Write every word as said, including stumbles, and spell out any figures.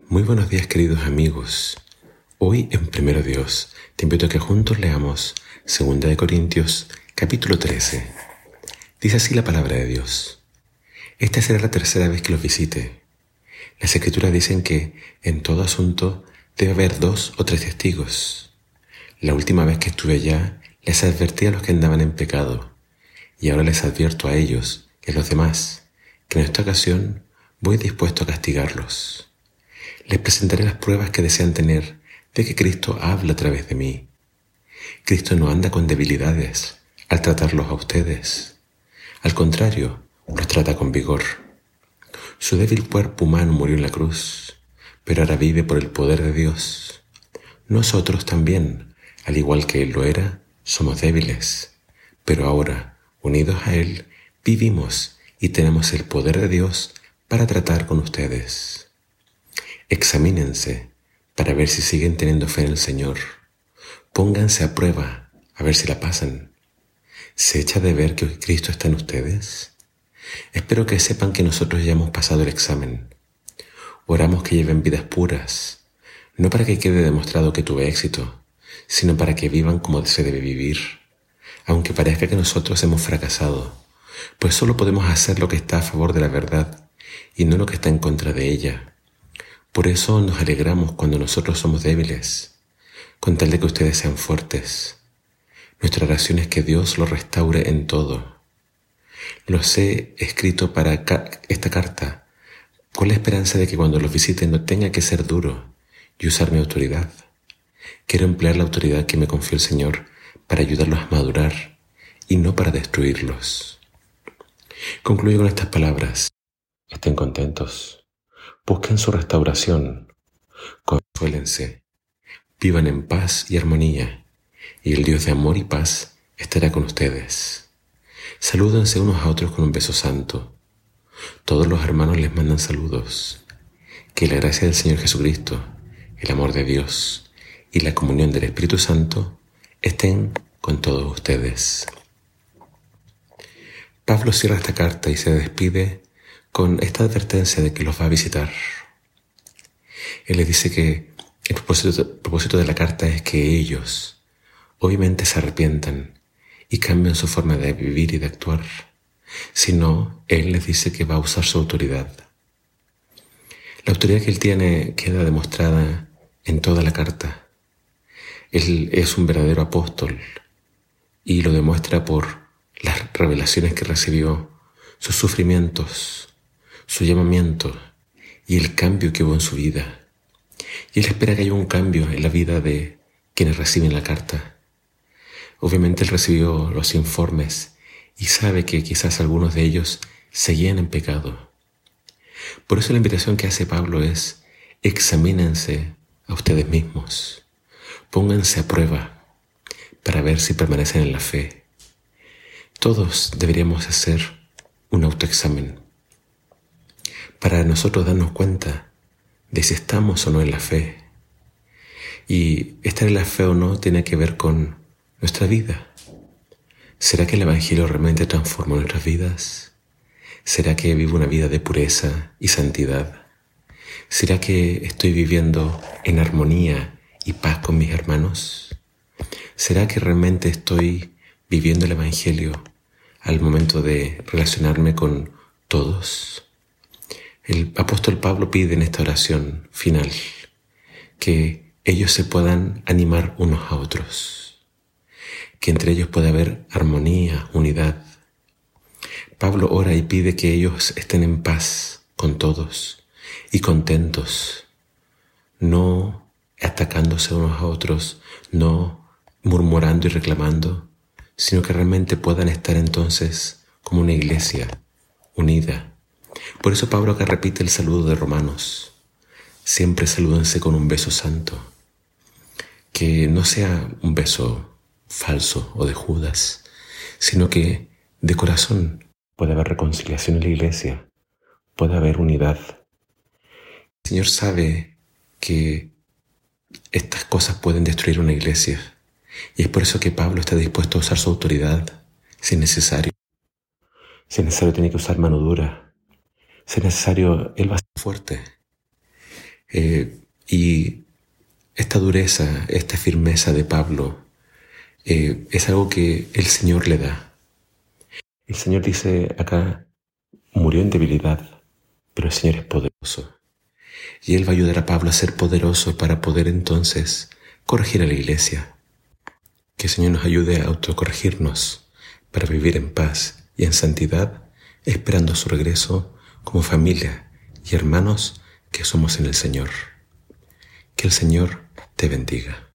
Muy buenos días, queridos amigos. Hoy en Primero Dios te invito a que juntos leamos Segunda de Corintios capítulo trece. Dice así la palabra de Dios: Esta será la tercera vez que los visite. Las Escrituras dicen que en todo asunto debe haber dos o tres testigos. La última vez que estuve allá les advertí a los que andaban en pecado, y ahora les advierto a ellos y a los demás que en esta ocasión voy dispuesto a castigarlos. Les presentaré las pruebas que desean tener de que Cristo habla a través de mí. Cristo no anda con debilidades al tratarlos a ustedes. Al contrario, los trata con vigor. Su débil cuerpo humano murió en la cruz, pero ahora vive por el poder de Dios. Nosotros también, al igual que Él lo era, somos débiles, pero ahora, unidos a Él, vivimos y tenemos el poder de Dios para tratar con ustedes. Examínense para ver si siguen teniendo fe en el Señor. Pónganse a prueba a ver si la pasan. ¿Se echa de ver que Cristo está en ustedes? Espero que sepan que nosotros ya hemos pasado el examen. Oramos que lleven vidas puras, no para que quede demostrado que tuve éxito, sino para que vivan como se debe vivir, aunque parezca que nosotros hemos fracasado, pues solo podemos hacer lo que está a favor de la verdad y no lo que está en contra de ella. Por eso nos alegramos cuando nosotros somos débiles, con tal de que ustedes sean fuertes. Nuestra oración es que Dios los restaure en todo. Los he escrito para esta carta con la esperanza de que cuando los visiten no tenga que ser duro y usar mi autoridad. Quiero emplear la autoridad que me confió el Señor para ayudarlos a madurar y no para destruirlos. Concluyo con estas palabras. Estén contentos. Busquen su restauración, consuélense, vivan en paz y armonía, y el Dios de amor y paz estará con ustedes. Salúdense unos a otros con un beso santo. Todos los hermanos les mandan saludos. Que la gracia del Señor Jesucristo, el amor de Dios y la comunión del Espíritu Santo estén con todos ustedes. Pablo cierra esta carta y se despide con esta advertencia de que los va a visitar. Él les dice que el propósito, el propósito de la carta es que ellos obviamente se arrepientan y cambien su forma de vivir y de actuar. Si no, Él les dice que va a usar su autoridad. La autoridad que Él tiene queda demostrada en toda la carta. Él es un verdadero apóstol y lo demuestra por las revelaciones que recibió, sus sufrimientos, su llamamiento y el cambio que hubo en su vida. Y Él espera que haya un cambio en la vida de quienes reciben la carta. Obviamente Él recibió los informes y sabe que quizás algunos de ellos seguían en pecado. Por eso la invitación que hace Pablo es: examínense a ustedes mismos, pónganse a prueba para ver si permanecen en la fe. Todos deberíamos hacer un autoexamen para nosotros darnos cuenta de si estamos o no en la fe. Y estar en la fe o no tiene que ver con nuestra vida. ¿Será que el Evangelio realmente transformó nuestras vidas? ¿Será que vivo una vida de pureza y santidad? ¿Será que estoy viviendo en armonía y paz con mis hermanos? ¿Será que realmente estoy viviendo el Evangelio al momento de relacionarme con todos? El apóstol Pablo pide en esta oración final que ellos se puedan animar unos a otros, que entre ellos pueda haber armonía, unidad. Pablo ora y pide que ellos estén en paz con todos y contentos, no atacándose unos a otros, no murmurando y reclamando, sino que realmente puedan estar entonces como una iglesia unida. Por eso Pablo acá repite el saludo de Romanos: siempre salúdense con un beso santo, que no sea un beso falso o de Judas, sino que de corazón puede haber reconciliación en la iglesia, puede haber unidad. El Señor sabe que estas cosas pueden destruir una iglesia, y es por eso que Pablo está dispuesto a usar su autoridad si es necesario. Si es necesario tiene que usar mano dura. Si es necesario, Él va a ser fuerte. Eh, y esta dureza, esta firmeza de Pablo eh, es algo que el Señor le da. El Señor dice acá, murió en debilidad, pero el Señor es poderoso. Y Él va a ayudar a Pablo a ser poderoso para poder entonces corregir a la iglesia. Que el Señor nos ayude a autocorregirnos para vivir en paz y en santidad, esperando su regreso como familia y hermanos que somos en el Señor. Que el Señor te bendiga.